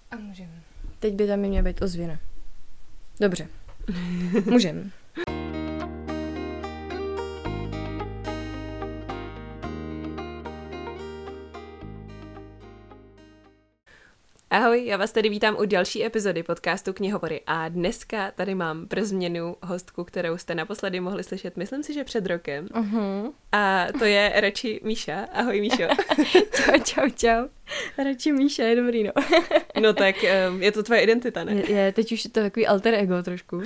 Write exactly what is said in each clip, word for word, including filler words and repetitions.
A můžeme. Teď by tam měla být ozvěna. Dobře. Můžeme. Ahoj, já vás tady vítám u další epizody podcastu Knihovory a dneska tady mám pro změnu hostku, kterou jste naposledy mohli slyšet, myslím si, že před rokem. Uh-huh. A to je radši Míša. Ahoj, Míšo. Čau, čau, čau. Radši Míša, je dobrý, no. No tak je to tvoje identita, ne? Je, je teď už je to takový alter ego trošku.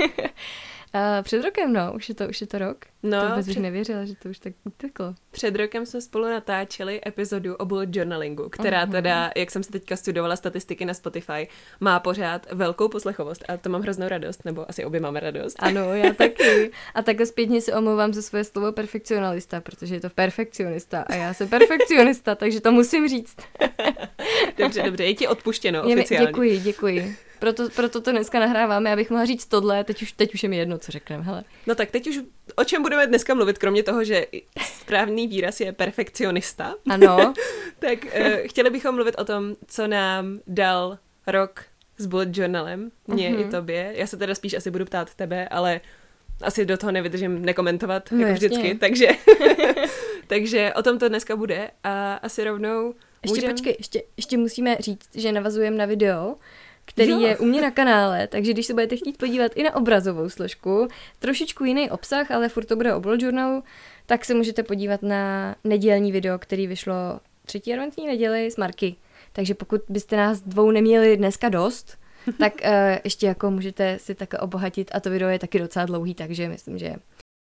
A před rokem, no, už je to, už je to rok. No, to vůbec před... bych nevěřila, že to už tak uteklo. Před rokem jsme spolu natáčeli epizodu o bullet journalingu, která uh-huh. teda, jak jsem se teďka studovala statistiky na Spotify, má pořád velkou poslechovost a to mám hroznou radost, nebo asi obě máme radost. Ano, já taky. A takhle zpětně se omlouvám za svoje slovo perfekcionalista, protože je to perfekcionista a já jsem perfekcionista, takže to musím říct. Dobře, dobře, je ti odpuštěno je oficiálně. Mi, děkuji, děkuji. Proto, proto to dneska nahráváme, abych mohla říct tohle, teď už, teď už je mi jedno, co řekneme, hele. No tak teď už o čem budeme dneska mluvit, kromě toho, že správný výraz je perfekcionista. Ano. Tak uh, chtěli bychom mluvit o tom, co nám dal rok s bullet journalem, mně uh-huh. i tobě. Já se teda spíš asi budu ptát tebe, ale asi do toho nevydržím nekomentovat, no jako jasně. vždycky, takže, takže o tom to dneska bude a asi rovnou Ještě můžem... počkej, ještě, ještě musíme říct, že navazujeme na video, který jo. je u mě na kanále, takže když se budete chtít podívat i na obrazovou složku, trošičku jiný obsah, ale furt to bude o bullet journalu, tak se můžete podívat na nedělní video, který vyšlo třetí adventní neděli z Marky. Takže pokud byste nás dvou neměli dneska dost, tak uh, ještě jako můžete si také obohatit a to video je taky docela dlouhý, takže myslím, že...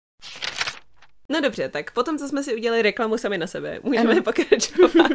No dobře, tak potom, co jsme si udělali reklamu sami na sebe, můžeme ano. pokračovat.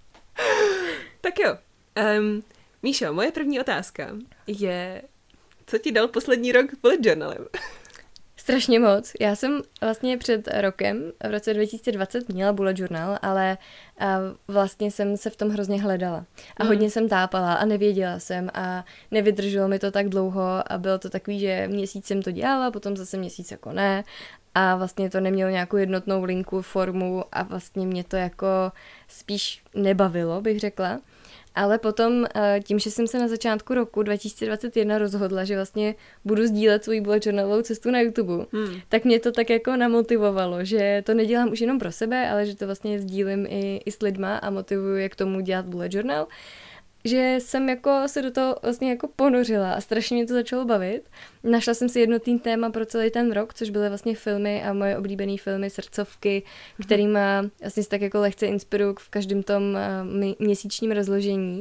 Tak jo. Um, Míšo, moje první otázka je, co ti dal poslední rok bullet journalem? Strašně moc. Já jsem vlastně před rokem, v roce dva tisíce dvacet, měla bullet journal, ale vlastně jsem se v tom hrozně hledala. A mm. hodně jsem tápala a nevěděla jsem a nevydrželo mi to tak dlouho a bylo to takový, že měsíc jsem to dělala, potom zase měsíc jako ne a vlastně to nemělo nějakou jednotnou linku, formu a vlastně mě to jako spíš nebavilo, bych řekla. Ale potom tím, že jsem se na začátku roku dva tisíce dvacet jedna rozhodla, že vlastně budu sdílet svou bullet journalovou cestu na YouTube, hmm. tak mě to tak jako namotivovalo, že to nedělám už jenom pro sebe, ale že to vlastně sdílím i, i s lidma a motivuju je k tomu dělat bullet journal. Že jsem jako se do toho vlastně jako ponořila a strašně mě to začalo bavit. Našla jsem si jednotný téma pro celý ten rok, což byly vlastně filmy a moje oblíbené filmy, srdcovky, mm-hmm. kterýma vlastně se tak jako lehce inspiruju v každém tom měsíčním rozložení.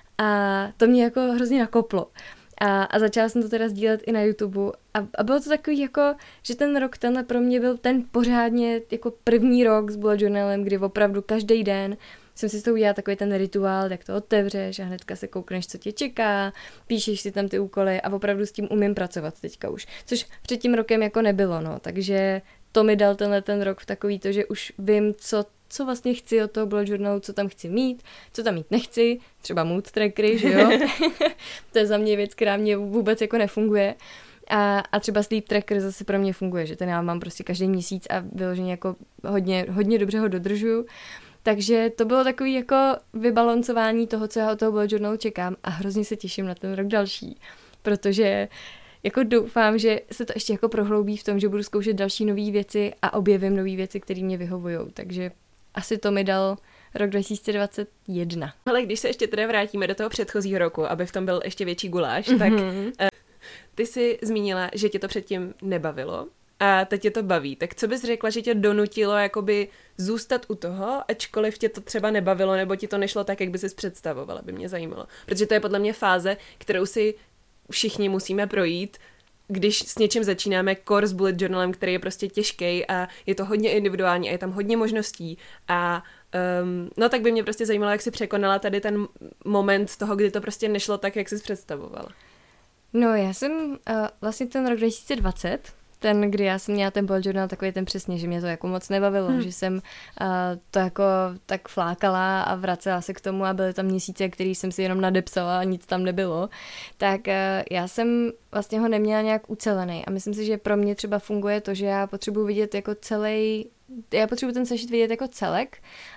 A to mě jako hrozně nakoplo. A, a začala jsem to teda sdílet i na YouTube a, a bylo to takový jako, že ten rok tenhle pro mě byl ten pořádně jako první rok s bullet journalem, kdy opravdu každý den jsem si s tou udělala takový ten rituál, jak to otevřeš a hnedka se koukneš, co tě čeká, píšeš si tam ty úkoly a opravdu s tím umím pracovat teďka už. Což před tím rokem jako nebylo, no, takže to mi dal tenhle ten rok v takový to, že už vím, co, co vlastně chci od toho bullet journalu, co tam chci mít, co tam mít nechci, třeba mood trackery, že jo. To je za mě věc, která mě vůbec jako nefunguje. A, a třeba sleep tracker zase pro mě funguje, že ten já mám prostě každý měsíc a vyloženě jako hodně, hodně dobře ho dodržuju. Takže to bylo takový jako vybalancování toho, co já od toho bullet journalu čekám a hrozně se těším na ten rok další, protože jako doufám, že se to ještě jako prohloubí v tom, že budu zkoušet další nové věci a objevím nové věci, které mě vyhovujou, takže asi to mi dal rok dva tisíce dvacet jedna. Ale když se ještě teda vrátíme do toho předchozího roku, aby v tom byl ještě větší guláš, mm-hmm. tak uh, ty jsi zmínila, že tě to předtím nebavilo. A teď tě to baví. Tak co bys řekla, že tě donutilo jakoby zůstat u toho, ačkoliv tě to třeba nebavilo, nebo ti to nešlo tak, jak by ses představovala, by mě zajímalo. Protože to je podle mě fáze, kterou si všichni musíme projít, když s něčím začínáme core s bullet journalem, který je prostě těžký a je to hodně individuální a je tam hodně možností a um, no tak by mě prostě zajímalo, jak jsi překonala tady ten moment toho, kdy to prostě nešlo tak, jak jsi představovala. No já jsem uh, vlastně ten rok dva tisíce dvacet, ten, kdy já jsem měla ten bullet journal takový ten přesně, že mě to jako moc nebavilo, hmm. že jsem uh, to jako tak flákala a vracela se k tomu a byly tam měsíce, který jsem si jenom nadepsala a nic tam nebylo, tak uh, já jsem vlastně ho neměla nějak ucelený a myslím si, že pro mě třeba funguje to, že já potřebuji vidět jako celý, já potřebuji ten sešit vidět jako celek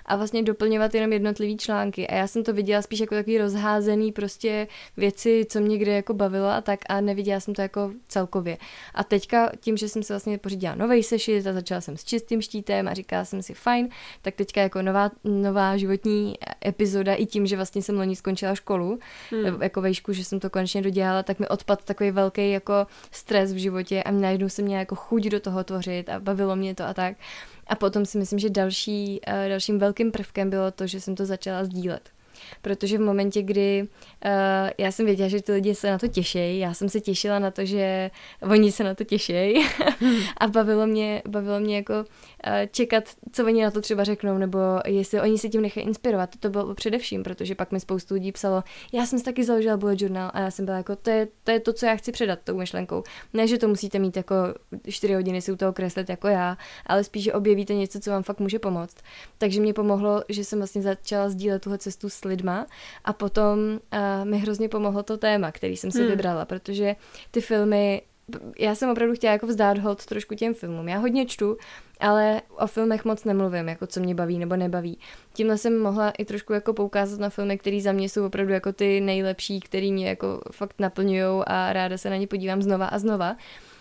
a vlastně doplňovat jenom jednotlivý články. A já jsem to viděla spíš jako takový rozházený prostě věci, co mě kde jako bavilo a tak a neviděla jsem to jako celkově. A teďka tím, že jsem se vlastně pořídila novej sešit a začala jsem s čistým štítem a říkala jsem si fajn, tak teďka jako nová, nová životní epizoda i tím, že vlastně jsem loni skončila školu, hmm. jako vejšku, že jsem to konečně dodělala, tak mi odpadl takový velký jako stres v životě a najednou jsem měla jako chuť do toho tvořit a bavilo mě to a tak. A potom si myslím, že další, dalším velkým prvkem bylo to, že jsem to začala sdílet. Protože v momentě, kdy uh, já jsem věděla, že ty lidi se na to těšejí, já jsem se těšila na to, že oni se na to těšejí a bavilo mě, bavilo mě jako uh, čekat, co oni na to třeba řeknou, nebo jestli oni se tím nechají inspirovat. To bylo především, protože pak mi spoustu lidí psalo, já jsem si taky založila bullet journal a já jsem byla jako, to je, to je to, co já chci předat tou myšlenkou. Ne, že to musíte mít jako čtyři hodiny si u toho kreslit jako já, ale spíš, že objevíte něco, co vám fakt může pomoct. Takže mě pomohlo, že jsem vlastně začala sdílet tuhle cestu s lidma a potom uh, mi hrozně pomohlo to téma, který jsem si hmm. vybrala, protože ty filmy, já jsem opravdu chtěla jako vzdát hold trošku těm filmům. Já hodně čtu, ale o filmech moc nemluvím, jako co mě baví nebo nebaví. Tímhle jsem mohla i trošku jako poukázat na filmy, které za mě jsou opravdu jako ty nejlepší, který mě jako fakt naplňujou a ráda se na ně podívám znova a znova.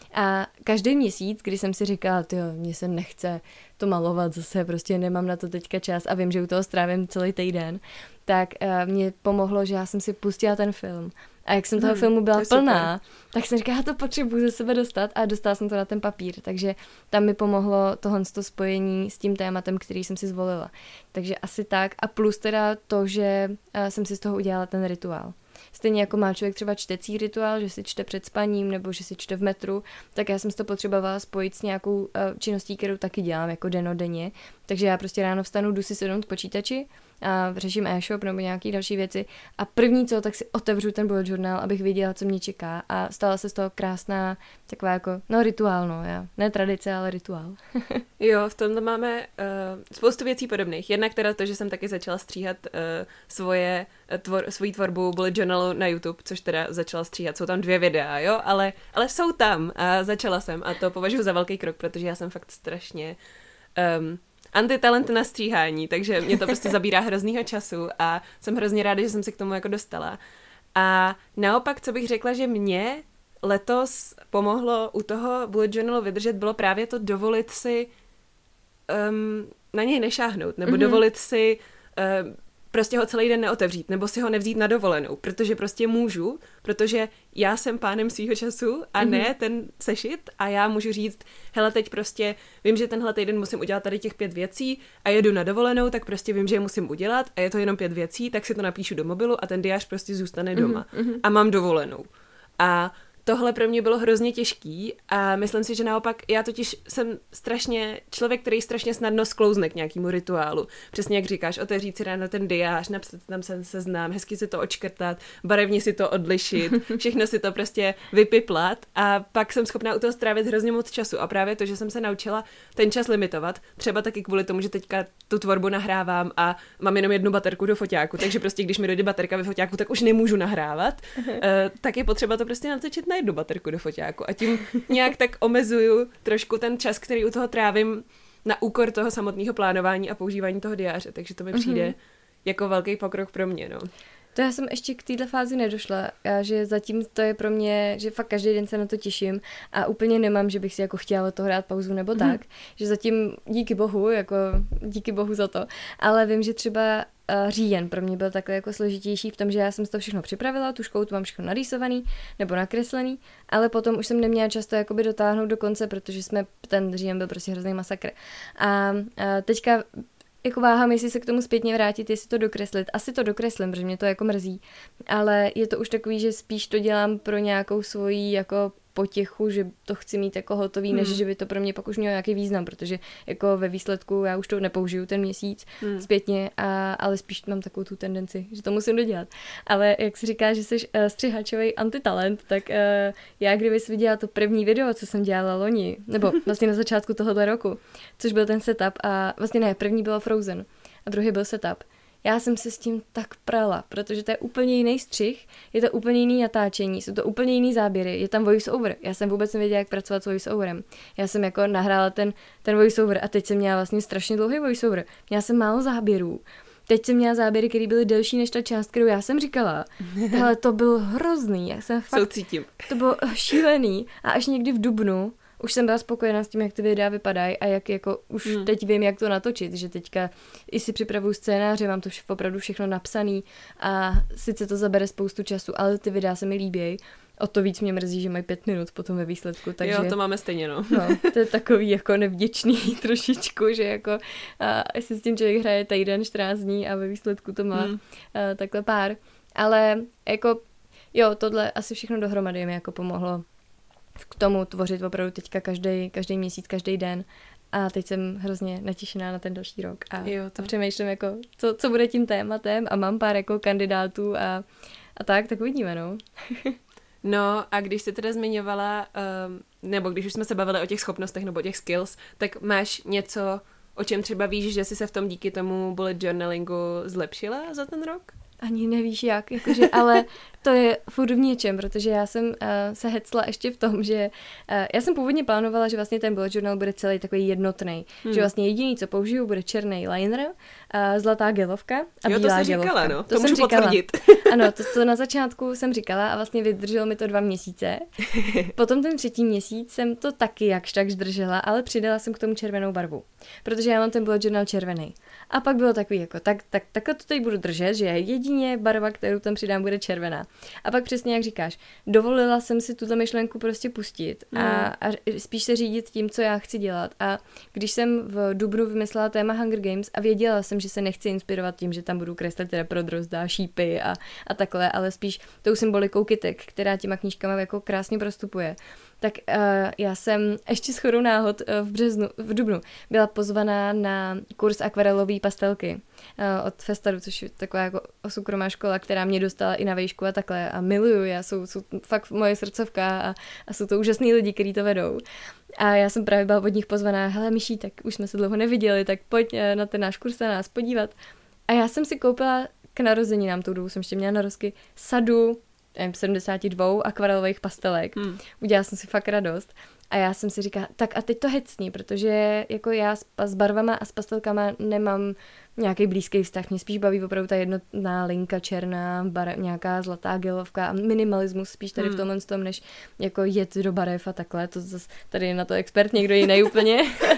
A každý měsíc, kdy jsem si říkala, tyjo, mně se nechce to malovat zase, prostě nemám na to teďka čas a vím, že u toho strávím celý týden, tak uh, mě pomohlo, že já jsem si pustila ten film. A jak jsem toho hmm, filmu byla to plná, super. Tak jsem říkala, já to potřebuji ze sebe dostat a dostala jsem to na ten papír. Takže tam mi pomohlo tohle spojení s tím tématem, který jsem si zvolila. Takže asi tak. A plus teda to, že uh, jsem si z toho udělala ten rituál. Stejně jako má člověk třeba čtecí rituál, že si čte před spaním nebo že si čte v metru, tak já jsem si to potřebovala spojit s nějakou uh, činností, kterou taky dělám jako dennodenně. Takže já prostě ráno vstanu, jdu si sednout k počítači a řeším e-shop nebo nějaké další věci a první co, tak si otevřu ten bullet journal, abych věděla, co mě čeká a stala se z toho krásná taková jako, no rituál, no, já. Ne tradice, ale rituál. Jo, v tomhle máme uh, spoustu věcí podobných. Jednak teda to, že jsem taky začala stříhat uh, svoje, tvor, svoji tvorbu bullet journalu na YouTube, což teda začala stříhat, jsou tam dvě videa, jo, ale, ale jsou tam a začala jsem a to považuji za velký krok, protože já jsem fakt strašně um, antitalent na stříhání, takže mě to prostě zabírá hroznýho času a jsem hrozně ráda, že jsem se k tomu jako dostala. A naopak, co bych řekla, že mě letos pomohlo u toho bullet journalu vydržet, bylo právě to dovolit si um, na něj nešáhnout, nebo mm-hmm. dovolit si um, prostě ho celý den neotevřít, nebo si ho nevzít na dovolenou, protože prostě můžu, protože já jsem pánem svýho času a ne mm-hmm. ten sešit a já můžu říct, hele, teď prostě vím, že tenhle týden musím udělat tady těch pět věcí a jedu na dovolenou, tak prostě vím, že je musím udělat a je to jenom pět věcí, tak si to napíšu do mobilu a ten diář prostě zůstane doma mm-hmm. a mám dovolenou. A tohle pro mě bylo hrozně těžký a myslím si, že naopak já totiž jsem strašně člověk, který strašně snadno sklouzne k nějakému rituálu. Přesně jak říkáš, otevřít si ráno ten diář, napsat tam se seznam, hezky si to očkrtat, barevně si to odlišit, všechno si to prostě vypiplat a pak jsem schopná u toho strávit hrozně moc času a právě to, že jsem se naučila ten čas limitovat, třeba taky kvůli tomu, že teďka tu tvorbu nahrávám a mám jenom jednu baterku do foťáku, takže prostě když mi dojde baterka ve foťáku, tak už nemůžu nahrávat, uh, tak je potřeba to prostě natočit na jednu baterku do foťáku a tím nějak tak omezuju trošku ten čas, který u toho trávím na úkor toho samotného plánování a používání toho diáře, takže to mi přijde mm-hmm. jako velký pokrok pro mě, no. To já jsem ještě k této fázi nedošla, a že zatím to je pro mě, že fakt každý den se na to těším a úplně nemám, že bych si jako chtěla od toho hrát pauzu nebo tak, mm. že zatím díky bohu, jako díky bohu za to, ale vím, že třeba uh, říjen pro mě byl takhle jako složitější v tom, že já jsem si to všechno připravila, tu školu tu mám všechno narýsovaný nebo nakreslený, ale potom už jsem neměla často jakoby dotáhnout do konce, protože jsme, ten říjen byl prostě hrozný masakr. A uh, teďka jako váhám, jestli se k tomu zpětně vrátit, jestli to dokreslit. Asi to dokreslím, protože mě to jako mrzí. Ale je to už takový, že spíš to dělám pro nějakou svoji jako potěchu, že to chci mít jako hotový, hmm. než že by to pro mě pak už mělo nějaký význam, protože jako ve výsledku já už to nepoužiju ten měsíc hmm. zpětně, a, ale spíš mám takovou tu tendenci, že to musím dodělat. Ale jak si říká, že jsi uh, střihačový antitalent, tak uh, já kdybys viděla to první video, co jsem dělala loni, nebo vlastně na začátku tohohle roku, což byl ten setup a vlastně ne, první bylo Frozen a druhý byl setup. já jsem se s tím tak prala, protože to je úplně jiný střih, je to úplně jiný natáčení, jsou to úplně jiný záběry, je tam voice over. Já jsem vůbec nevěděla, jak pracovat s voice overem. Já jsem jako nahrála ten, ten voice over a teď jsem měla vlastně strašně dlouhý voice over. Měla jsem málo záběrů. Teď jsem měla záběry, které byly delší než ta část, kterou já jsem říkala. Ale to bylo hrozný. Já jsem fakt, Soucítím. To bylo šílený. A až někdy v dubnu už jsem byla spokojená s tím, jak ty videa vypadají a jak jako už hmm. teď vím, jak to natočit, že teďka i si připravuju scénáře, mám to vše, opravdu všechno napsaný a sice to zabere spoustu času, ale ty videa se mi líbí. O to víc mě mrzí, že mají pět minut potom ve výsledku. Takže, jo, to máme stejně, no. no. To je takový jako nevděčný trošičku, že jako a jestli s tím člověk hraje týden, čtrnáct dní a ve výsledku to má hmm. a, takhle pár. Ale jako jo, tohle asi všechno dohromady mi jako pomohlo k tomu tvořit opravdu teďka každý, každý měsíc, každý den. A teď jsem hrozně natěšená na ten další rok. A, jo, to... a přemýšlím, jako, co, co bude tím tématem a mám pár jako kandidátů a, a tak, tak uvidíme, no. No a když jsi teda zmiňovala, um, nebo když už jsme se bavili o těch schopnostech nebo o těch skills, tak máš něco, o čem třeba víš, že jsi se v tom díky tomu bullet journalingu zlepšila za ten rok? Ani nevíš jak, jakože, ale to je furt v něčem, protože já jsem uh, se hecla ještě v tom, že uh, já jsem původně plánovala, že vlastně ten bullet journal bude celý takový jednotný, hmm. že vlastně jediný, co použiju, bude černý liner, uh, zlatá gelovka a jo, bílá to jsi gelovka. říkala, no, to, to můžu jsem říkala. potvrdit. Ano, to, to na začátku jsem říkala a vlastně vydrželo mi to dva měsíce. Potom ten třetí měsíc jsem to taky jakž tak zdržela, ale přidala jsem k tomu červenou barvu, protože já mám ten bullet journal červený. A pak bylo takový jako, tak, tak, takhle to teď budu držet, že jedině barva, kterou tam přidám, bude červená. A pak přesně jak říkáš, dovolila jsem si tuto myšlenku prostě pustit a, a spíš se řídit tím, co já chci dělat. A když jsem v dubnu vymyslela téma Hunger Games a věděla jsem, že se nechci inspirovat tím, že tam budu kreslit teda pro drozda, šípy a, a takhle, ale spíš tou symbolikou kytek, která těma knížkama jako krásně prostupuje. Tak uh, já jsem ještě shodou náhod uh, v březnu, v dubnu byla pozvaná na kurz akvarelové pastelky uh, od Festaru, což je taková jako soukromá škola, která mě dostala i na vejšku a takhle a miluju, já jsou, jsou fakt moje srdcovka a, a jsou to úžasný lidi, kteří to vedou. A já jsem právě byla od nich pozvaná, hele Myší, tak už jsme se dlouho neviděli, tak pojď uh, na ten náš kurz a nás podívat. A já jsem si koupila k narozeninám, tou dobu jsem ještě měla narozky, sadu sedmdesát dva akvarelových pastelek. Hmm. Udělala jsem si fakt radost. A já jsem si říkala, tak a teď to hecní, protože jako já s, s barvama a s pastelkama nemám nějaký blízký vztah. Mě spíš baví opravdu ta jednotná linka černá, barev, nějaká zlatá gelovka a minimalismus spíš tady hmm. v tomhle tom, než jako jet do barev a takhle. To zase tady je na to expert někdo jiný úplně.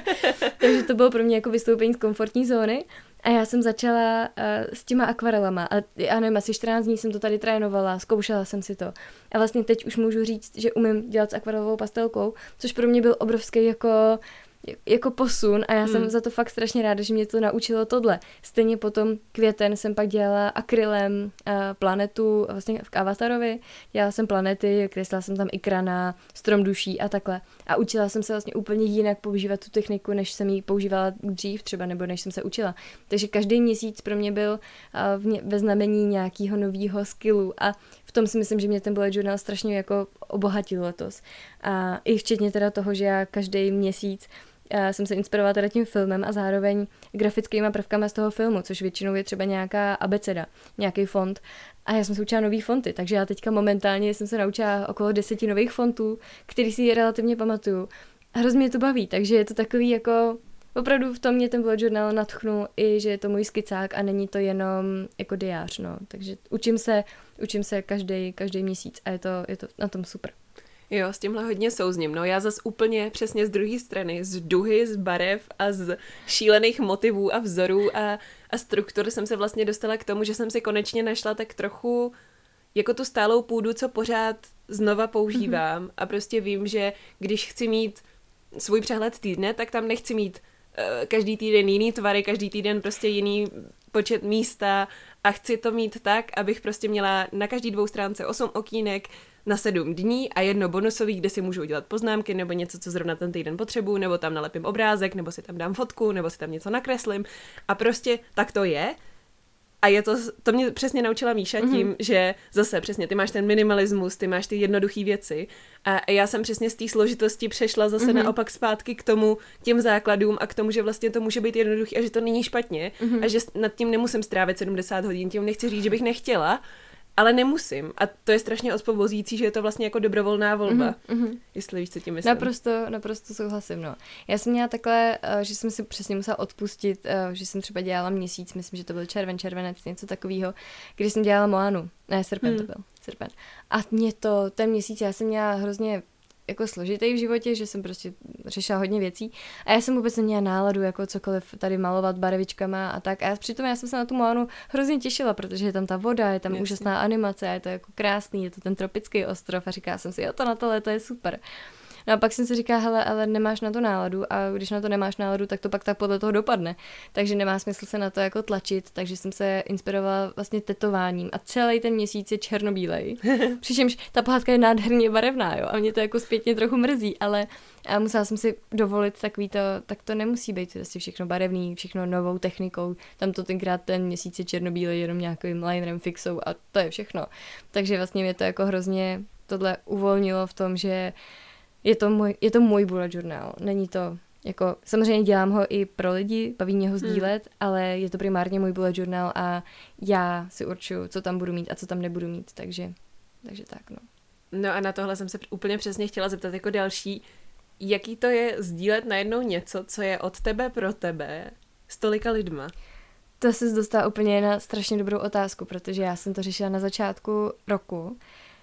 Takže to bylo pro mě jako vystoupení z komfortní zóny. A já jsem začala uh, s těma akvarelama a já nevím, asi čtrnáct dní jsem to tady trénovala, zkoušela jsem si to. A vlastně teď už můžu říct, že umím dělat s akvarelovou pastelkou, což pro mě byl obrovský jako, jako posun a já hmm. jsem za to fakt strašně ráda, že mě to naučilo tohle. Stejně potom květen jsem pak dělala akrylem uh, planetu vlastně v Avatarovi, dělala jsem planety, kreslila jsem tam ikra na strom duší a takhle. A učila jsem se vlastně úplně jinak používat tu techniku, než jsem ji používala dřív třeba, nebo než jsem se učila. Takže každý měsíc pro mě byl uh, v ně, ve znamení nějakého nového skillu a v tom si myslím, že mě ten bullet journal strašně jako obohatil letos. A i včetně teda toho, že já každý měsíc já jsem se inspirovala teda tím filmem a zároveň grafickýma prvkama z toho filmu, což většinou je třeba nějaká abeceda, nějaký font. A já jsem se učila nový fonty, takže já teďka momentálně jsem se naučila okolo deseti nových fontů, který si relativně pamatuju. A hrozně mě to baví, takže je to takový jako, opravdu v tom mě ten bullet journal nadchnul i, že je to můj skicák a není to jenom jako diář, no. Takže učím se, učím se každý, každý měsíc a je to, je to na tom super. Jo, s tímhle hodně souzním. No já zas úplně přesně z druhé strany, z duhy, z barev a z šílených motivů a vzorů a, a struktur jsem se vlastně dostala k tomu, že jsem si konečně našla tak trochu jako tu stálou půdu, co pořád znova používám mm-hmm. a prostě vím, že když chci mít svůj přehled týdne, tak tam nechci mít uh, každý týden jiný tvary, každý týden prostě jiný počet místa a chci to mít tak, abych prostě měla na každý dvou stránce osm okýnek na sedm dní a jedno bonusový, kde si můžu udělat poznámky nebo něco, co zrovna ten týden potřebuju, nebo tam nalepím obrázek, nebo si tam dám fotku, nebo si tam něco nakreslím a prostě tak to je. A je to, to mě přesně naučila Míša tím, mm-hmm. že zase přesně ty máš ten minimalismus, ty máš ty jednoduché věci a já jsem přesně z té složitosti přešla zase mm-hmm. naopak zpátky k tomu, těm základům a k tomu, že vlastně to může být jednoduchý a že to není špatně mm-hmm. a že nad tím nemusím strávit sedmdesát hodin, tím nechci říct, že bych nechtěla, ale nemusím. A to je strašně osvobozící, že je to vlastně jako dobrovolná volba. Mm-hmm. Jestli víš, co tím myslím. Naprosto, naprosto souhlasím, no. Já jsem měla takhle, že jsem si přesně musela odpustit, že jsem třeba dělala měsíc, myslím, že to byl červen, červenec, něco takového, když jsem dělala Moanu. Ne, srpen mm. to byl, srpen. A mě to, ten měsíc, já jsem měla hrozně jako složitý v životě, že jsem prostě řešila hodně věcí a já jsem vůbec neměla náladu jako cokoliv tady malovat barvičkama a tak a přitom já jsem se na tu Moanu hrozně těšila, protože je tam ta voda, je tam Jasně. úžasná animace, je to jako krásný, je to ten tropický ostrov a říkala jsem si, jo, to na to léto je super. No a pak jsem si říkala, hele, ale nemáš na to náladu a když na to nemáš náladu, tak to pak tak podle toho dopadne. Takže nemá smysl se na to jako tlačit, takže jsem se inspirovala vlastně tetováním a celý ten měsíc je černobílej. Přičemž ta pohádka je nádherně barevná, jo, a mě to jako zpětně trochu mrzí, ale a musela jsem si dovolit takový to, tak to nemusí být vlastně všechno barevný, všechno novou technikou. Tam to tenkrát ten měsíc je černobílej jenom nějakým linerem fixou a to je všechno. Takže vlastně mě to jako hrozně tohle uvolnilo v tom, že Je to můj, je to můj bullet journal. Není to, jako, samozřejmě dělám ho i pro lidi, baví mě ho sdílet, hmm. ale je to primárně můj bullet journal a já si určuju, co tam budu mít a co tam nebudu mít, takže, takže tak, no. No a na tohle jsem se úplně přesně chtěla zeptat jako další, jaký to je sdílet najednou něco, co je od tebe pro tebe s tolika lidma? To se dostala úplně na strašně dobrou otázku, protože já jsem to řešila na začátku roku.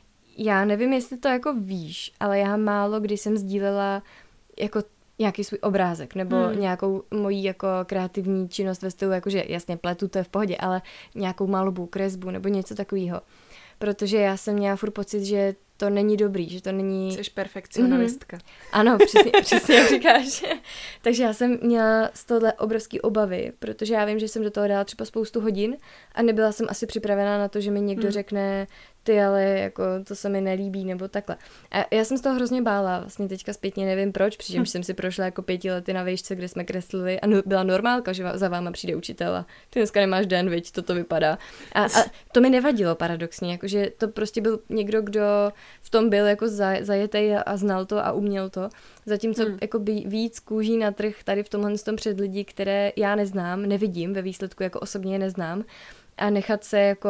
Já nevím, jestli to jako víš, ale já málo kdy jsem sdílela jako nějaký svůj obrázek nebo hmm. nějakou mojí jako kreativní činnost ve stylu, jakože jasně pletu, to je v pohodě, ale nějakou malbu, kresbu nebo něco takového. Protože já jsem měla furt pocit, že to není dobrý, že to není... Jsi perfekcionalistka. Mm-hmm. Ano, přesně, přesně jak říkáš. Takže já jsem měla z tohle obrovský obavy, protože já vím, že jsem do toho dala třeba spoustu hodin a nebyla jsem asi připravená na to, že mi někdo mm. řekne, ty ale jako to se mi nelíbí nebo takhle. A já jsem z toho hrozně bála, vlastně teďka zpětně nevím proč, přičemž jsem si prošla jako pěti lety na výšce, kde jsme kreslili a no, byla normálka, že za váma přijde učitel a ty dneska nemáš den, viď, toto vypadá. A, a to mi nevadilo paradoxně, jakože to prostě byl někdo, kdo v tom byl jako zajetej a znal to a uměl to. Zatímco hmm. jako by víc kůží na trh tady v tomhle tom před lidi, které já neznám, nevidím, ve výsledku jako osobně je neznám a nechat se jako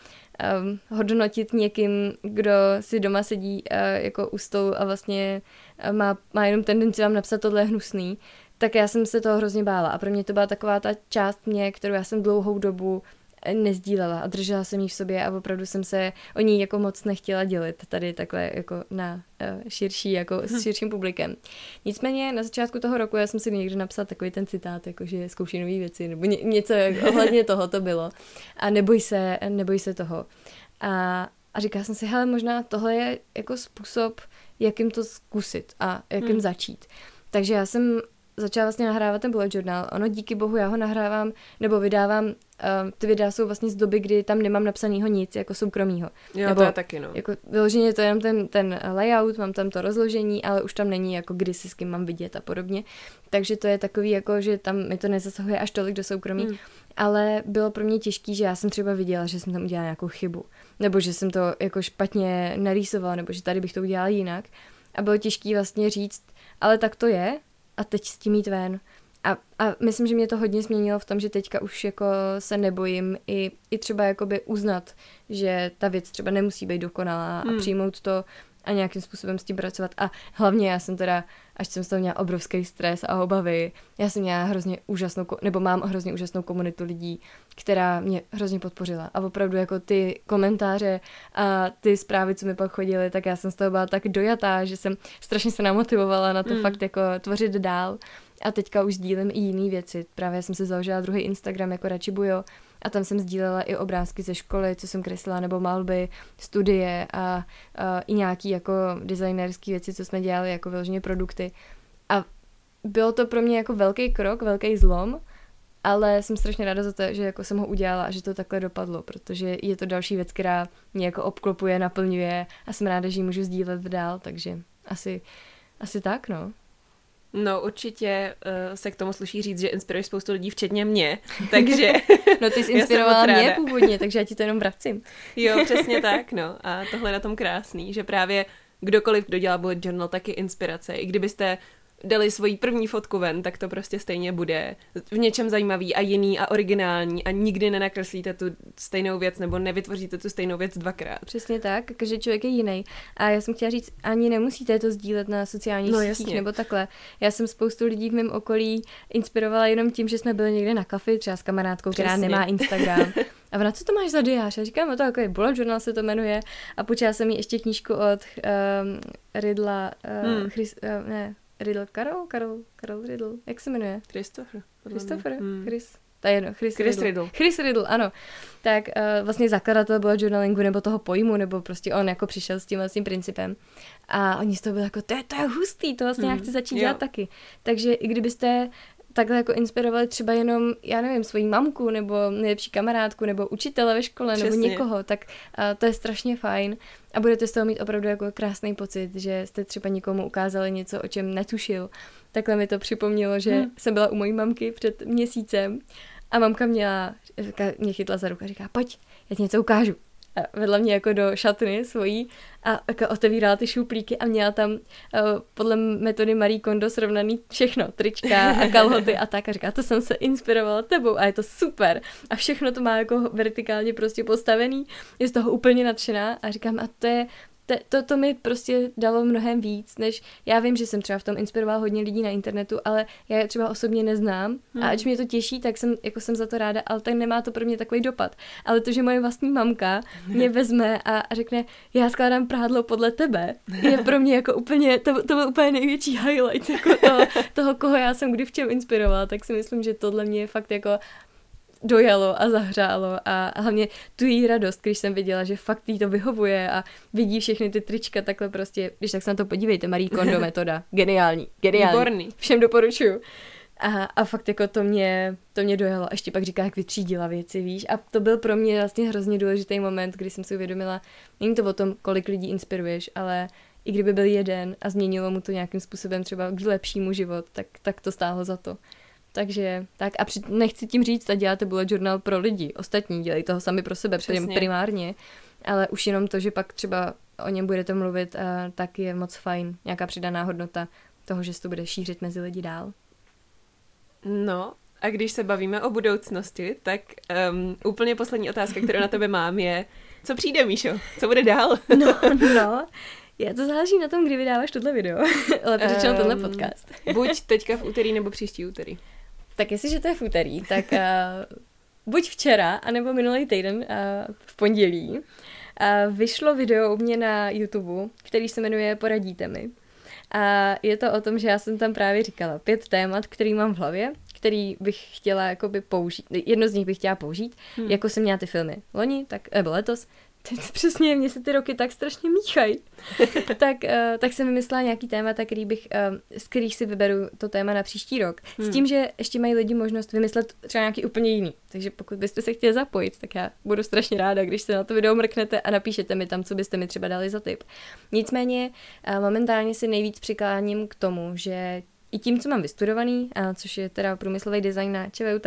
um, hodnotit někým, kdo si doma sedí uh, jako u stolu a vlastně uh, má, má jenom tendenci vám napsat tohle je hnusný, tak já jsem se toho hrozně bála a pro mě to byla taková ta část mě, kterou já jsem dlouhou dobu nezdílela a držela jsem jí v sobě a opravdu jsem se o ní jako moc nechtěla dělit tady takhle jako na uh, širší, jako s širším publikem. Nicméně na začátku toho roku já jsem si někde napsala takový ten citát, jakože zkouší nový věci nebo ně, něco jako, ohledně toho to bylo a neboj se, neboj se toho. A, a říkala jsem si, hele, možná tohle je jako způsob, jakým to zkusit a jakým hmm. začít. Takže já jsem začala vlastně nahrávat ten bullet journal. Ono díky bohu já ho nahrávám, nebo vydávám, uh, ty videa jsou vlastně z doby, kdy tam nemám napsanýho nic, jako soukromýho. Jo, nebo, to je taky, no. Jako vyloženě to je jenom ten, ten layout, mám tam to rozložení, ale už tam není jako kdy si s kým mám vidět a podobně. Takže to je takový, jako, že tam mi to nezasahuje až tolik do soukromí. Hmm. Ale bylo pro mě těžký, že já jsem třeba viděla, že jsem tam udělala nějakou chybu. Nebo že jsem to jako špatně narýsovala, nebo že tady bych to udělala jinak. A bylo těžký vlastně říct, ale tak to je, a teď s tím jít ven. A, a myslím, že mě to hodně změnilo v tom, že teďka už jako se nebojím i, i třeba jakoby uznat, že ta věc třeba nemusí být dokonalá hmm. a přijmout to a nějakým způsobem s tím pracovat. A hlavně já jsem teda, až jsem z toho měla obrovský stres a obavy, já jsem měla hrozně úžasnou, nebo mám hrozně úžasnou komunitu lidí, která mě hrozně podpořila. A opravdu jako ty komentáře a ty zprávy, co mi pak chodily, tak já jsem z toho byla tak dojatá, že jsem strašně se namotivovala na to mm. fakt jako tvořit dál. A teďka už sdílím i jiné věci. Právě jsem si založila druhý Instagram jako Rachibujo a tam jsem sdílela i obrázky ze školy, co jsem kreslila, nebo malby, studie a, a i nějaký jako designerský věci, co jsme dělali, jako vyloženě produkty. A bylo to pro mě jako velký krok, velký zlom, ale jsem strašně ráda za to, že jako jsem ho udělala a že to takhle dopadlo, protože je to další věc, která mě jako obklopuje, naplňuje a jsem ráda, že ji můžu sdílet dál, takže asi, asi tak, no. No určitě uh, se k tomu sluší říct, že inspiruješ spoustu lidí, včetně mě, takže... No ty jsi inspirovala mě původně, takže já ti to jenom vracím. Jo, přesně tak, no. A tohle je na tom krásný, že právě kdokoliv, kdo dělá bullet journal, tak je inspirace. I kdybyste dali svoji první fotku ven, tak to prostě stejně bude v něčem zajímavý a jiný a originální a nikdy nenakreslíte tu stejnou věc nebo nevytvoříte tu stejnou věc dvakrát. Přesně tak, každý člověk je jiný. A já jsem chtěla říct, ani nemusíte to sdílet na sociálních no, sítích jasně. nebo takhle. Já jsem spoustu lidí v mém okolí inspirovala jenom tím, že jsme byli někde na kafi, třeba s kamarádkou, která Přesně. nemá Instagram. A ona, co to máš za diář? A říkám, no to jako je bullet journal se to jmenuje. A počala jsem jí ještě knížku od um, Riddla, uh, hmm. Chris, uh, ne, Riddle, Karol, Karol, Karol Riddle, jak se jmenuje? Christopher. Christopher, hmm. Chris, to je jedno, Chris, Chris Riddle. Riddle. Chris Riddle, ano. Tak uh, vlastně zakladatel bullet journalingu nebo toho pojmu, nebo prostě on jako přišel s tím vlastním principem. A oni z toho byli jako, to je, to je hustý, to vlastně hmm. já chci začít jo. dělat taky. Takže i kdybyste takhle jako inspirovali třeba jenom, já nevím, svoji mamku, nebo nejlepší kamarádku, nebo učitele ve škole, Přesně. nebo někoho, tak uh, to je strašně fajn a budete z toho mít opravdu jako krásný pocit, že jste třeba někomu ukázali něco, o čem netušil. Takhle mi to připomnělo, že hmm. jsem byla u mojí mamky před měsícem a mamka měla, mě chytla za ruku a říká, pojď, já ti něco ukážu. A vedla mě jako do šatny svojí a jako otevírala ty šuplíky a měla tam uh, podle metody Marie Kondo srovnaný všechno, trička a kalhoty a tak a říká, to jsem se inspirovala tebou a je to super a všechno to má jako vertikálně prostě postavený, je z toho úplně nadšená a říkám, a to je To, to, to mi prostě dalo mnohem víc, než já vím, že jsem třeba v tom inspirovala hodně lidí na internetu, ale já je třeba osobně neznám hmm. a ač mě to těší, tak jsem, jako jsem za to ráda, ale tak nemá to pro mě takový dopad. Ale to, že moje vlastní mamka mě vezme a, a řekne, já skládám prádlo podle tebe, je pro mě jako úplně, to, to byl úplně největší highlight jako toho, toho, koho já jsem kdy v čem inspirovala, tak si myslím, že tohle mě je fakt jako dojalo a zahřálo a, a hlavně tu její radost, když jsem viděla, že fakt jí to vyhovuje a vidí všechny ty trička takhle prostě, když tak se na to podívejte, Marie Kondo metoda, geniální, geniální, výborný. Všem doporučuju. A, a fakt jako to mě, to mě dojalo. A ještě pak říká, jak vytřídila věci, víš. A to byl pro mě vlastně hrozně důležitý moment, kdy jsem si uvědomila, není to o tom, kolik lidí inspiruješ, ale i kdyby byl jeden a změnilo mu to nějakým způsobem třeba k lepšímu život, tak, tak to stálo za to. Takže tak a při, nechci tím říct, a děláte bullet journal pro lidi, ostatní dělají toho sami pro sebe, Přesně. primárně, ale už jenom to, že pak třeba o něm budete mluvit, a, tak je moc fajn, nějaká přidaná hodnota toho, že se to bude šířit mezi lidi dál. No, a když se bavíme o budoucnosti, tak um, úplně poslední otázka, kterou na tebe mám, je, co přijde, Míšo? Co bude dál? No, no. Já to záleží na tom, kdy vydáváš tohle video, ale řečeno um, tenhle podcast. Buď teďka v úterý, nebo příští úterý. Tak jestliže to je v úterý, tak uh, buď včera, anebo minulý týden uh, v pondělí uh, vyšlo video u mě na YouTube, který se jmenuje Poradíte mi. A je to o tom, že já jsem tam právě říkala pět témat, který mám v hlavě, který bych chtěla jakoby použít. Jedno z nich bych chtěla použít, hmm. jako jsem měla ty filmy loni, tak, nebo letos. Přesně, mně se ty roky tak strašně míchají. tak, uh, tak jsem vymyslela nějaký témata, který bych, uh, z kterých si vyberu to téma na příští rok. Hmm. S tím, že ještě mají lidi možnost vymyslet třeba nějaký úplně jiný. Takže pokud byste se chtěli zapojit, tak já budu strašně ráda, když se na to video mrknete a napíšete mi tam, co byste mi třeba dali za tip. Nicméně uh, momentálně si nejvíc přikláním k tomu, že i tím, co mám vystudovaný, uh, což je teda průmyslový design na ČVUT,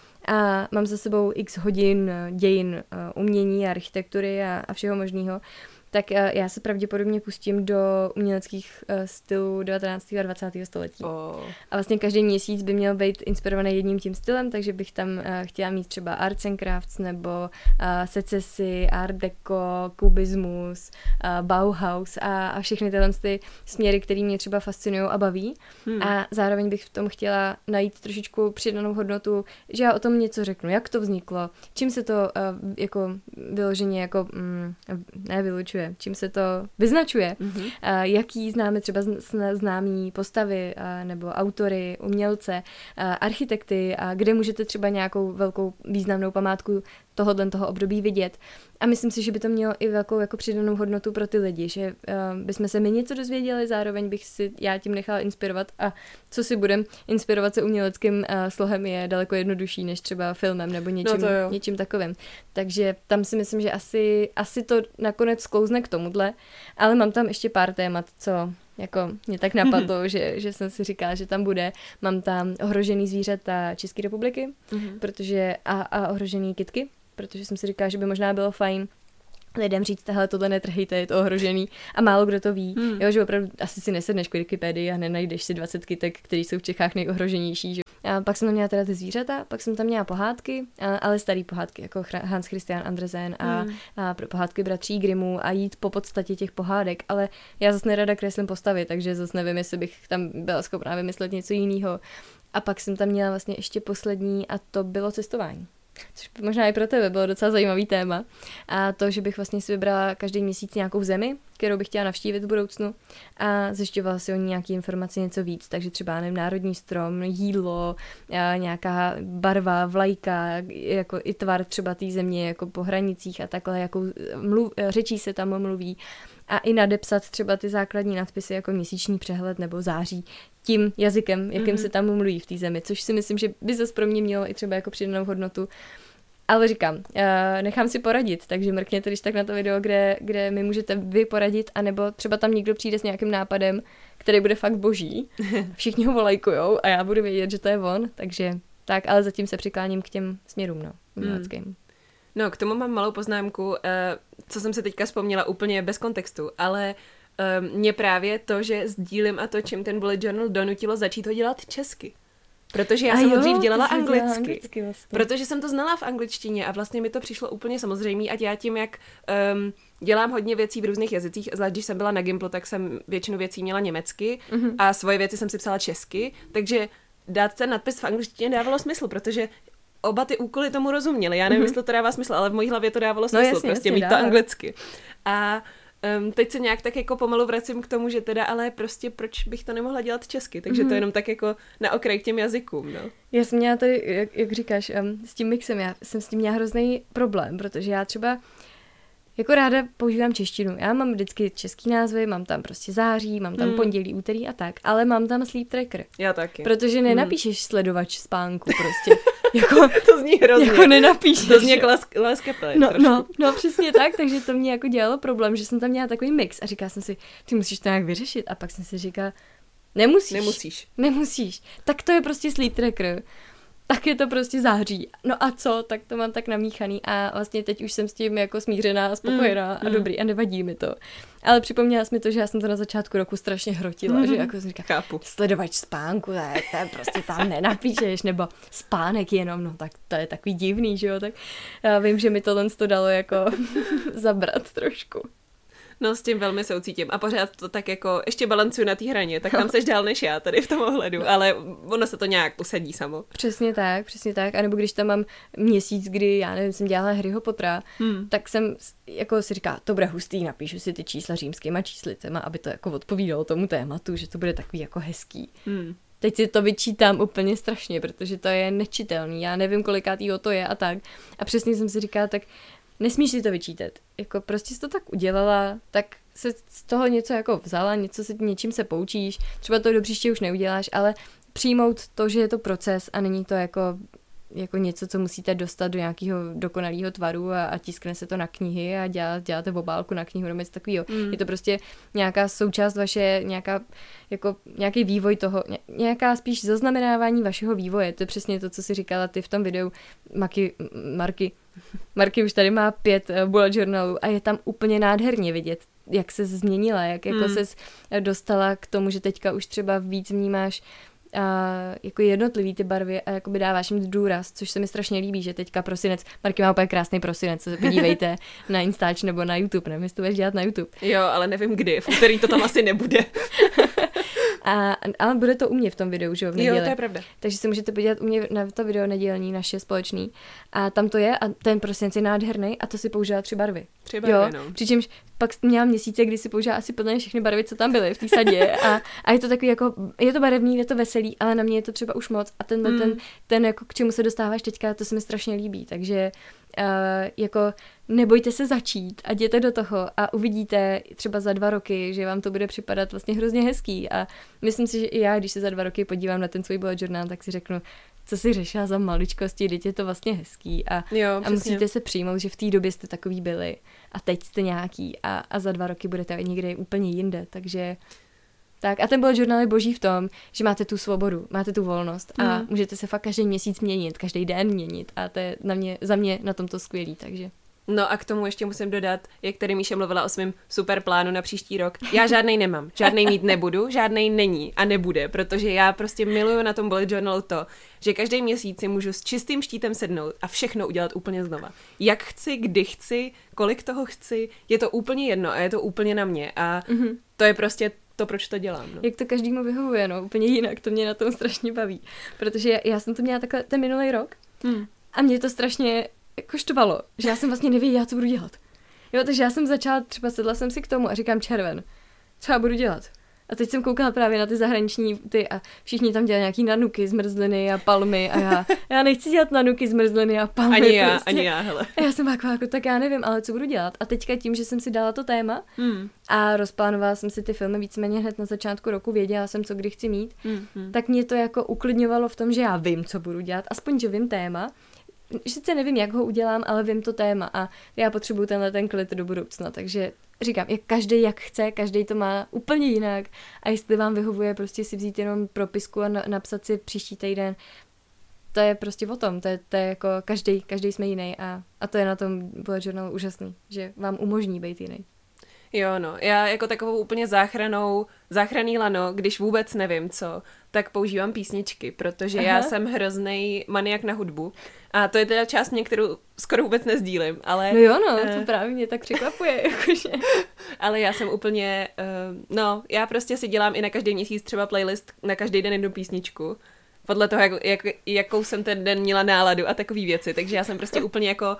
a mám za sebou x hodin dějin uh, umění a architektury a, a všeho možného, tak uh, já se pravděpodobně pustím do uměleckých uh, stylů devatenáctého a dvacátého století. Oh. A vlastně každý měsíc by měl být inspirovaný jedním tím stylem, takže bych tam uh, chtěla mít třeba arts and crafts nebo uh, secesy, art deco, kubismus, uh, Bauhaus a, a všechny tyhle ty směry, které mě třeba fascinují a baví. Hmm. A zároveň bych v tom chtěla najít trošičku přidanou hodnotu, že já o tom něco řeknu, jak to vzniklo, čím se to uh, jako vyloženě jako mm, nevylučuje, čím se to vyznačuje, mm-hmm. uh, jaký známe třeba známý postavy uh, nebo autory, umělce, uh, architekty a kde můžete třeba nějakou velkou významnou památku tohohle toho období vidět. A myslím si, že by to mělo i velkou jako přidanou hodnotu pro ty lidi, že uh, bychom se my něco dozvěděli, zároveň bych si já tím nechala inspirovat a co si budem inspirovat se uměleckým uh, slohem je daleko jednodušší než třeba filmem nebo něčím, no něčím takovým. Takže tam si myslím, že asi, asi to nakonec sklouzne k tomuhle, ale mám tam ještě pár témat, co jako mě tak napadlo, že, že jsem si říkala, že tam bude. Mám tam ohrožený zvířata České republiky, mm-hmm. protože a, a ohrožený kytky, protože jsem si říkala, že by možná bylo fajn lidem říct, tahle tohle netrhejte, je to ohrožený a málo kdo to ví. Hmm. Jo, že opravdu asi si nesedneš k Wikipedii a nenajdeš si dvacet kytek, které jsou v Čechách nejohroženější. Že? A pak jsem tam měla teda ty zvířata, pak jsem tam měla pohádky, ale starý pohádky, jako Hans Christian Andersen a, hmm. a pohádky bratří Grimmů a jít po podstatě těch pohádek, ale já zase nerada kreslím postavy, takže zase nevím, jestli bych tam byla schopná vymyslet něco jiného. A pak jsem tam měla vlastně ještě poslední a to bylo cestování. Což možná i pro tebe bylo docela zajímavý téma. A to, že bych vlastně si vybrala každý měsíc nějakou zemi, kterou bych chtěla navštívit v budoucnu a zjišťovala si o ní nějaké informace něco víc. Takže třeba nevím, národní strom, jídlo, nějaká barva, vlajka, jako i tvar třeba té země, jako po hranicích a takhle, jakou mluv, řečí se tam mluví. A i nadepsat třeba ty základní nadpisy jako měsíční přehled nebo září tím jazykem, jakým mm-hmm. se tam mluví v té zemi, což si myslím, že by zase pro mě mělo i třeba jako přidanou hodnotu. Ale říkám, nechám si poradit, takže mrkněte když tak na to video, kde, kde mi můžete vy poradit, anebo třeba tam někdo přijde s nějakým nápadem, který bude fakt boží. Všichni ho volajkujou a já budu vědět, že to je on, takže tak, ale zatím se přikláním k těm směrům, no, uměleckým. Mm. No, k tomu mám malou poznámku, co jsem se teďka vzpomněla úplně bez kontextu, ale mě právě to, že sdílím a točím ten bullet journal donutilo začít ho dělat česky. Protože já a jsem jo, ho dřív dělala anglicky, anglicky vlastně. Protože jsem to znala v angličtině a vlastně mi to přišlo úplně samozřejmé, ať já tím, jak um, dělám hodně věcí v různých jazycích, zvlášť když jsem byla na Gimplu, tak jsem většinu věcí měla německy mm-hmm. a svoje věci jsem si psala česky, takže dát ten nadpis v angličtině dávalo smysl, protože oba ty úkoly tomu rozuměli. Já nevím, mm-hmm. jestli to dává smysl, ale v mojí hlavě to dávalo smysl, no jasně, prostě jasně, mít dává. To anglicky. A Um, teď se nějak tak jako pomalu vracím k tomu, že teda, ale prostě proč bych to nemohla dělat česky, takže mm-hmm. to jenom tak jako na okraj k těm jazykům, no. Já jsem měla tady, jak, jak říkáš, um, s tím mixem, já jsem s tím měla hrozný problém, protože já třeba jako ráda používám češtinu. Já mám vždycky český názvy, mám tam prostě září, mám tam hmm. pondělí, úterý a tak, ale mám tam sleep tracker. Já taky. Protože nenapíšeš hmm. sledovač spánku prostě. Jako, to zní hrozně. Jako nenapíšeš. To zní jako láska play, no, no, no, přesně tak, takže to mě jako dělalo problém, že jsem tam měla takový mix a říkala jsem si, ty musíš to nějak vyřešit a pak jsem si říkala, nemusíš. Nemusíš. Nemusíš. Tak to je prostě sleep tracker. Tak je to prostě září. No a co? Tak to mám tak namíchaný a vlastně teď už jsem s tím jako smířená a spokojená mm, a dobrý a nevadí mi to. Ale připomněla jsi mi to, že já jsem to na začátku roku strašně hrotila, mm, že jako jsem říkala, sledovač spánku, to je, to je prostě tam nenapíšeš, nebo spánek jenom, no tak to je takový divný, že jo, tak já vím, že mi tohle to dalo jako zabrat trošku. No s tím velmi soucítím a pořád to tak jako ještě balancuju na té hraně, tak tam seš dál než já tady v tom ohledu, ale ono se to nějak usadí samo. Přesně tak, přesně tak, a nebo když tam mám měsíc, kdy, já nevím, jsem dělala Harryho Pottera, hmm. tak jsem jako si říká, to bude hustý, napíšu si ty čísla římskýma číslicema, aby to jako odpovídalo tomu tématu, že to bude takový jako hezký. Hmm. Teď si to vyčítám úplně strašně, protože to je nečitelný, já nevím, kolikátýho to je a tak. A přesně jsem si říkala, tak nesmíš si to vyčítat. Jako prostě jsi to tak udělala, tak se z toho něco jako vzala, něco se, něčím se poučíš, třeba to do příště už neuděláš, ale přijmout to, že je to proces a není to jako, jako něco, co musíte dostat do nějakého dokonalého tvaru a, a tiskne se to na knihy a dělá, děláte obálku na knihu nebo něco takového. Mm. Je to prostě nějaká součást vaše, nějaká, jako, nějaký vývoj toho, nějaká spíš zaznamenávání vašeho vývoje. To je přesně to, co jsi říkala ty v tom videu Maki, Marky. Marky už tady má pět uh, bullet journalů a je tam úplně nádherně vidět, jak se změnila, jak jako mm. ses dostala k tomu, že teďka už třeba víc vnímáš uh, jako jednotlivý ty barvy a jakoby dáváš jim důraz, což se mi strašně líbí, že teďka prosinec, Marky má úplně krásný prosinec, co se podívejte na Instač nebo na YouTube, nevím, jestli to budeš dělat na YouTube. Jo, ale nevím kdy, v úterý to tam asi nebude. A, ale bude to u mě v tom videu, že jo, v neděli. Jo, to je pravda. Takže si můžete podívat u mě na to video nedělní, naše společný. A tam to je a ten prosinec je nádherný a to si používá tři barvy. Tři barvy, jo? no. Přičemž pak měla měsíce, kdy si používá asi plně všechny barvy, co tam byly v té sadě. A, a je to takový jako, je to barevný, je to veselý, ale na mě je to třeba už moc. A ten, mm. ten, ten jako k čemu se dostáváš teďka, to se mi strašně líbí. Takže uh, jako nebojte se začít a jděte do toho a uvidíte třeba za dva roky, že vám to bude připadat vlastně hrozně hezký. A myslím si, že i já, když se za dva roky podívám na ten svůj bullet journal, tak si řeknu, co si řešila za maličkosti, teď je to vlastně hezký a, jo, a musíte se přijmout, že v té době jste takový byli a teď jste nějaký a, a za dva roky budete někde úplně jinde, takže Tak a ten bullet journal je boží v tom, že máte tu svobodu, máte tu volnost a mm. můžete se fakt každý měsíc měnit, každý den měnit a to je na mě, za mě na tomto skvělý, takže. No a k tomu ještě musím dodat, jak tady Míša mluvila o svém super plánu na příští rok. Já žádnej nemám, žádnej mít nebudu, žádnej není a nebude, protože já prostě miluju na tom bullet journalu to, že každý měsíc si můžu s čistým štítem sednout a všechno udělat úplně znova. Jak chci, kdy chci, kolik toho chci, je to úplně jedno a je to úplně na mě a mm-hmm. to je prostě to, proč to dělám. No. Jak to každému vyhovuje, no, úplně jinak, to mě na tom strašně baví, protože já, já jsem to měla takhle ten minulý rok hmm. a mě to strašně koštovalo, že já jsem vlastně nevěděla, co budu dělat. Jo, takže já jsem začala, třeba sedla jsem si k tomu a říkám červen, co já budu dělat. A teď jsem koukala právě na ty zahraniční ty a všichni tam dělali nějaký nanuky, zmrzliny a palmy a já, já nechci dělat nanuky, zmrzliny a palmy. Ani já, prostě. ani já, hele. A já jsem taková, jako, tak já nevím, ale co budu dělat. A teďka tím, že jsem si dala to téma hmm. a rozplánovala jsem si ty filmy víceméně hned na začátku roku, věděla jsem, co kdy chci mít, hmm. tak mě to jako uklidňovalo v tom, že já vím, co budu dělat, aspoň, že vím téma. Sice nevím, jak ho udělám, ale vím to téma a já potřebuju tenhle ten klid do budoucna, takže říkám, jak každý jak chce, každý to má úplně jinak a jestli vám vyhovuje prostě si vzít jenom propisku a na, napsat si příští týden, to je prostě o tom, to je, to je jako každý, každý jsme jiný a, a to je na tom bullet journalu úžasný, že vám umožní být jiný. Jo, no, já jako takovou úplně záchranou, záchranný lano, když vůbec nevím co, tak používám písničky, protože Aha. já jsem hroznej maniak na hudbu a to je teda část mě, kterou skoro vůbec nezdílím, ale... No jo, no, to uh, právě mě tak překvapuje, jakože... Ale já jsem úplně, uh, no, já prostě si dělám i na každý měsíc třeba playlist, na každý den jednu písničku, podle toho, jak, jak, jakou jsem ten den měla náladu a takové věci, takže já jsem prostě úplně jako...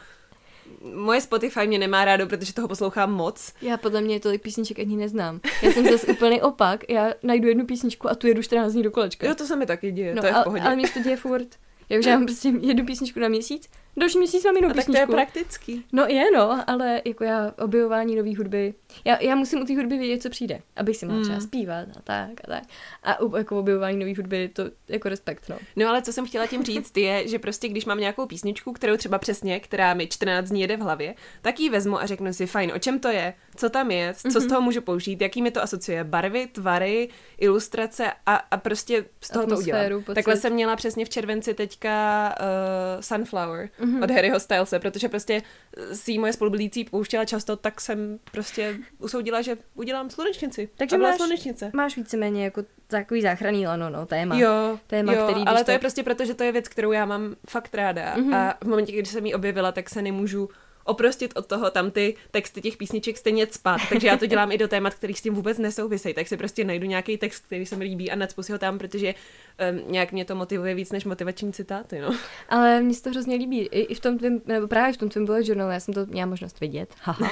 Moje Spotify mě nemá rádo, protože toho poslouchám moc. Já podle mě tolik písniček ani neznám. Já jsem zase úplný opak. Já najdu jednu písničku a tu jedu čtrnáct dní do kolečka. Jo, to se mi taky děje, no, to je v pohodě. Ale mě to děje furt. Já už mám prostě jednu písničku na měsíc, další měsíc mám jinou a písničku. Tak to je praktický. No je, no, ale jako já objevování nový hudby, já, já musím u té hudby vědět, co přijde, abych si mohla třeba zpívat a tak a tak. A u, jako objevování nový hudby, to jako respekt, no. No ale co jsem chtěla tím říct je, že prostě když mám nějakou písničku, kterou třeba přesně, která mi čtrnáct dní jede v hlavě, tak ji vezmu a řeknu si, fajn, o čem to je, co tam je, co mm-hmm. z toho můžu použít, jaký mi to asociuje, barvy, tvary, ilustrace a, a prostě z toho to udělám. Pocit. Takhle jsem měla přesně v červenci teďka uh, Sunflower mm-hmm. od Harryho Stylese, protože prostě si moje spolubydlící pouštěla často, tak jsem prostě usoudila, že udělám slunečnici. Takže máš, slunečnice. Máš víceméně jako takový záchranný lano, no, téma. Jo, téma, jo který, ale to tak... je prostě proto, že to je věc, kterou já mám fakt ráda mm-hmm. a v momentě, kdy jsem ji objevila, tak se nemůžu oprostit od toho tam ty texty těch písniček stejně cpat, takže já to dělám i do témat, kterých s tím vůbec nesouvisejí, tak si prostě najdu nějaký text, který se mi líbí a nacpu si ho tam, protože um, nějak mě to motivuje víc než motivační citáty, no. Ale mně se to hrozně líbí, i, i v tom tvým, nebo právě v tom tvým bullet journalu, já jsem to měla možnost vidět, haha.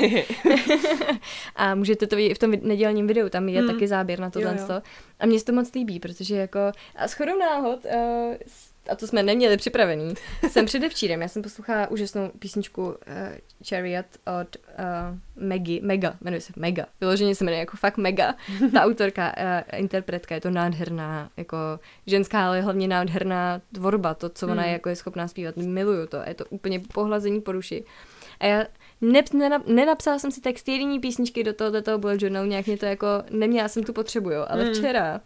A můžete to vidět i v tom nedělním videu, tam je hmm. taky záběr na tohle. A mně se to moc líbí, protože jako, a shodou náhod, uh, a to jsme neměli připravený, jsem předevčírem, já jsem poslouchala úžasnou písničku uh, Chariot od uh, Maggie, Mega, jmenuje se Mega, vyloženě se jmenuje jako fakt Mega, ta autorka, uh, interpretka, je to nádherná, jako ženská, ale hlavně nádherná tvorba, to, co ona mm. je, jako je schopná zpívat, miluju to, je to úplně pohlazení po duši. A já ne, nenap, nenapsala jsem si text jediný písničky do toho, do toho bullet journalu, nějak mě to jako, neměla jsem tu potřebu, jo, ale mm. včera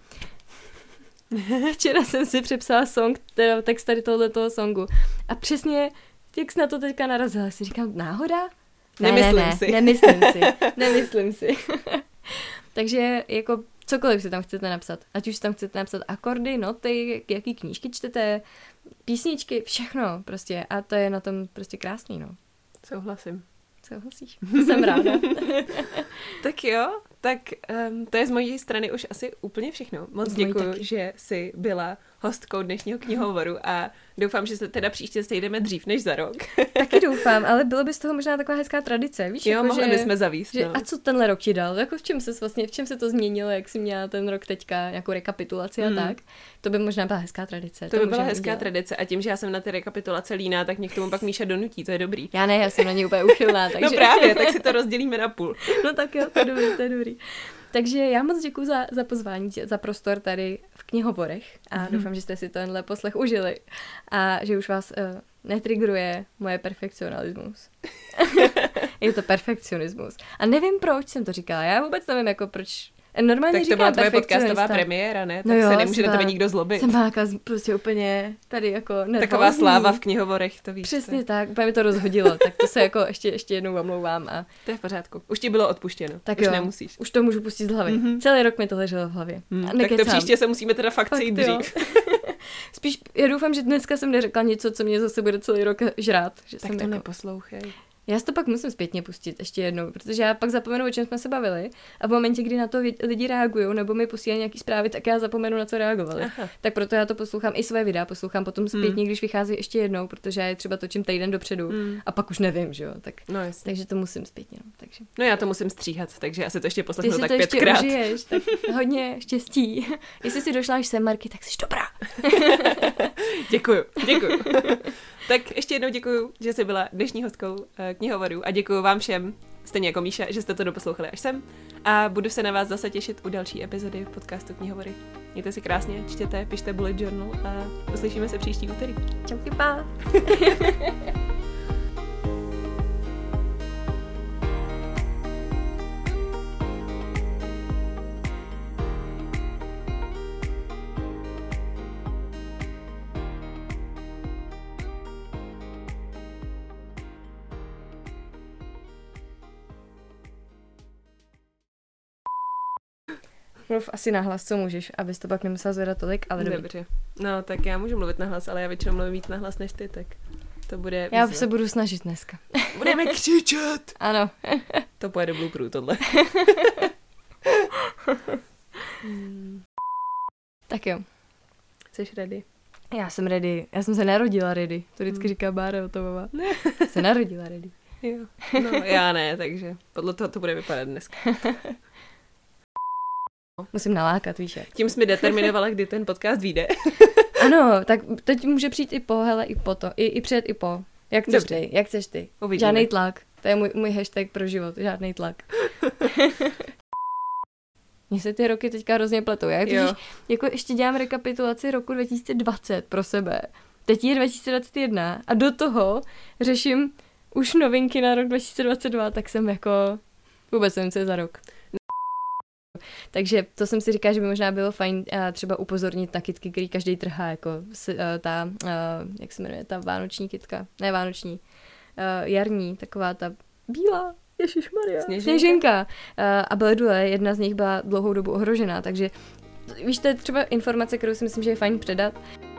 Včera jsem si přepsala song, teda text tady tohoto songu. A přesně, jak jsi na to teďka narazila, si říkám, náhoda? Ne, nemyslím ne, ne, si. Nemyslím si, nemyslím si. Takže jako cokoliv si tam chcete napsat. Ať už tam chcete napsat akordy, noty, jaký knížky čtete, písničky, všechno prostě. A to je na tom prostě krásný, no. Souhlasím. Souhlasíš? Jsem ráda. Tak jo, tak um, to je z mojí strany už asi úplně všechno. Moc děkuju, že jsi byla hostkou dnešního knihovoru a doufám, že se teda příště sejdeme dřív než za rok. Taky doufám, ale bylo by z toho možná taková hezká tradice, víš? Jo, jako, mohli že, bychom zavíst, že, no. A co tenhle rok ti dal? Jako v čem se vlastně, v čem se to změnilo, jak jsi měla ten rok teďka, nějakou rekapitulaci a mm. tak? To by možná byla hezká tradice. To, to by byla hezká udělat. tradice a tím, že já jsem na ty rekapitulace líná, tak mě k tomu pak Míša donutí, to je dobrý. Já ne, já jsem na ně úplně uchylná, takže... No právě, tak si to rozdělíme na půl. No tak jo, to je dobrý, to je dobrý. Takže já moc děkuju za, za pozvání, za prostor tady v knihovorech a mm. doufám, že jste si tenhle poslech užili a že už vás uh, netrigruje moje perfekcionalismus. Je to perfekcionismus. A nevím, proč jsem to říkala. Já vůbec nevím, jako proč, Normálně tak to říkám byla tvoje perfekcionista. podcastová premiéra, ne? Tak no jo, se nemůže na tebe nikdo zlobit. Jsem máka prostě úplně tady jako nervózní. Taková sláva v knihovorech, to víš. Přesně to. tak, úplně mi to rozhodilo, tak to se jako ještě, ještě jednou omlouvám. A... To je v pořádku. Už ti bylo odpuštěno, tak už jo, nemusíš. Už to můžu pustit z hlavy. Mm-hmm. Celý rok mi to leželo v hlavě. Mm, a tak to příště se musíme teda fakt sejít dřív. Spíš, já doufám, že dneska jsem neřekla něco, co mě zase bude celý rok žrát. Že tak jsem to jako... neposlouchej. Já si to pak musím zpětně pustit ještě jednou, protože já pak zapomenu, o čem jsme se bavili a v momentě, kdy na to lidi reagují nebo mi posílají nějaký zprávy, tak já zapomenu, na co reagovali. Aha. Tak proto já to poslouchám, i své videa poslouchám potom zpětně, hmm. když vychází ještě jednou, protože já je třeba točím týden dopředu hmm. a pak už nevím, že jo. Tak, no jasně. Takže to musím zpětně. No, takže. no já to musím stříhat, takže asi to ještě poslechnu tak to pětkrát. Ty si to ještě užiješ, tak hodně štěstí. Jestli si došla až sem, Marky, tak jsi dobrá. Děkuju, děkuju. Tak ještě jednou děkuju, že jsi byla dnešní hostkou knihovoru a děkuju vám všem, stejně jako Míša, že jste to doposlouchali až sem a budu se na vás zase těšit u další epizody podcastu Knihovory. Mějte si krásně, čtěte, pište bullet journal a uslyšíme se příští úterý. Čauky, pa! Mluv asi nahlas, co můžeš, abys to pak nemusela zvedat tolik, ale dobrý. Dobře. No, tak já můžu mluvit nahlas, ale já většinou mluvím víc nahlas než ty, tak to bude Já výzva. se budu snažit dneska. Budeme křičet! Ano. To pojede blooperu, tohle. hmm. Tak jo. Jsi ready? Já jsem ready. Já jsem se narodila ready. To vždycky hmm. říká Bára Otovová. Se narodila ready. Jo. No, já ne, takže podle toho to bude vypadat dneska. Musím nalákat, víš jak. Tím jsi mi determinovala, kdy ten podcast vyjde. Ano, tak teď může přijít i po, hele, i po to. I, i před, i po. Jak chceš Dobře. ty, jak chceš ty. Uvidíme. Žádnej tlak. To je můj, můj hashtag pro život. Žádnej tlak. Mně se ty roky teďka hrozně pletou. Já totiž, jako ještě dělám rekapitulaci roku dva tisíce dvacet pro sebe. Teď je dva tisíce dvacet jedna a do toho řeším už novinky na rok dva tisíce dvacet dva, tak jsem jako vůbec nevím, co je za rok. Takže to jsem si říkala, že by možná bylo fajn uh, třeba upozornit na kytky, který každý trhá, jako uh, ta, uh, jak se jmenuje, ta vánoční kytka, ne vánoční, uh, jarní, taková ta bílá, ježišmarja, Sněženka. Sněženka. Uh, a Bledule, jedna z nich byla dlouhou dobu ohrožená, takže víš, to je třeba informace, kterou si myslím, že je fajn předat.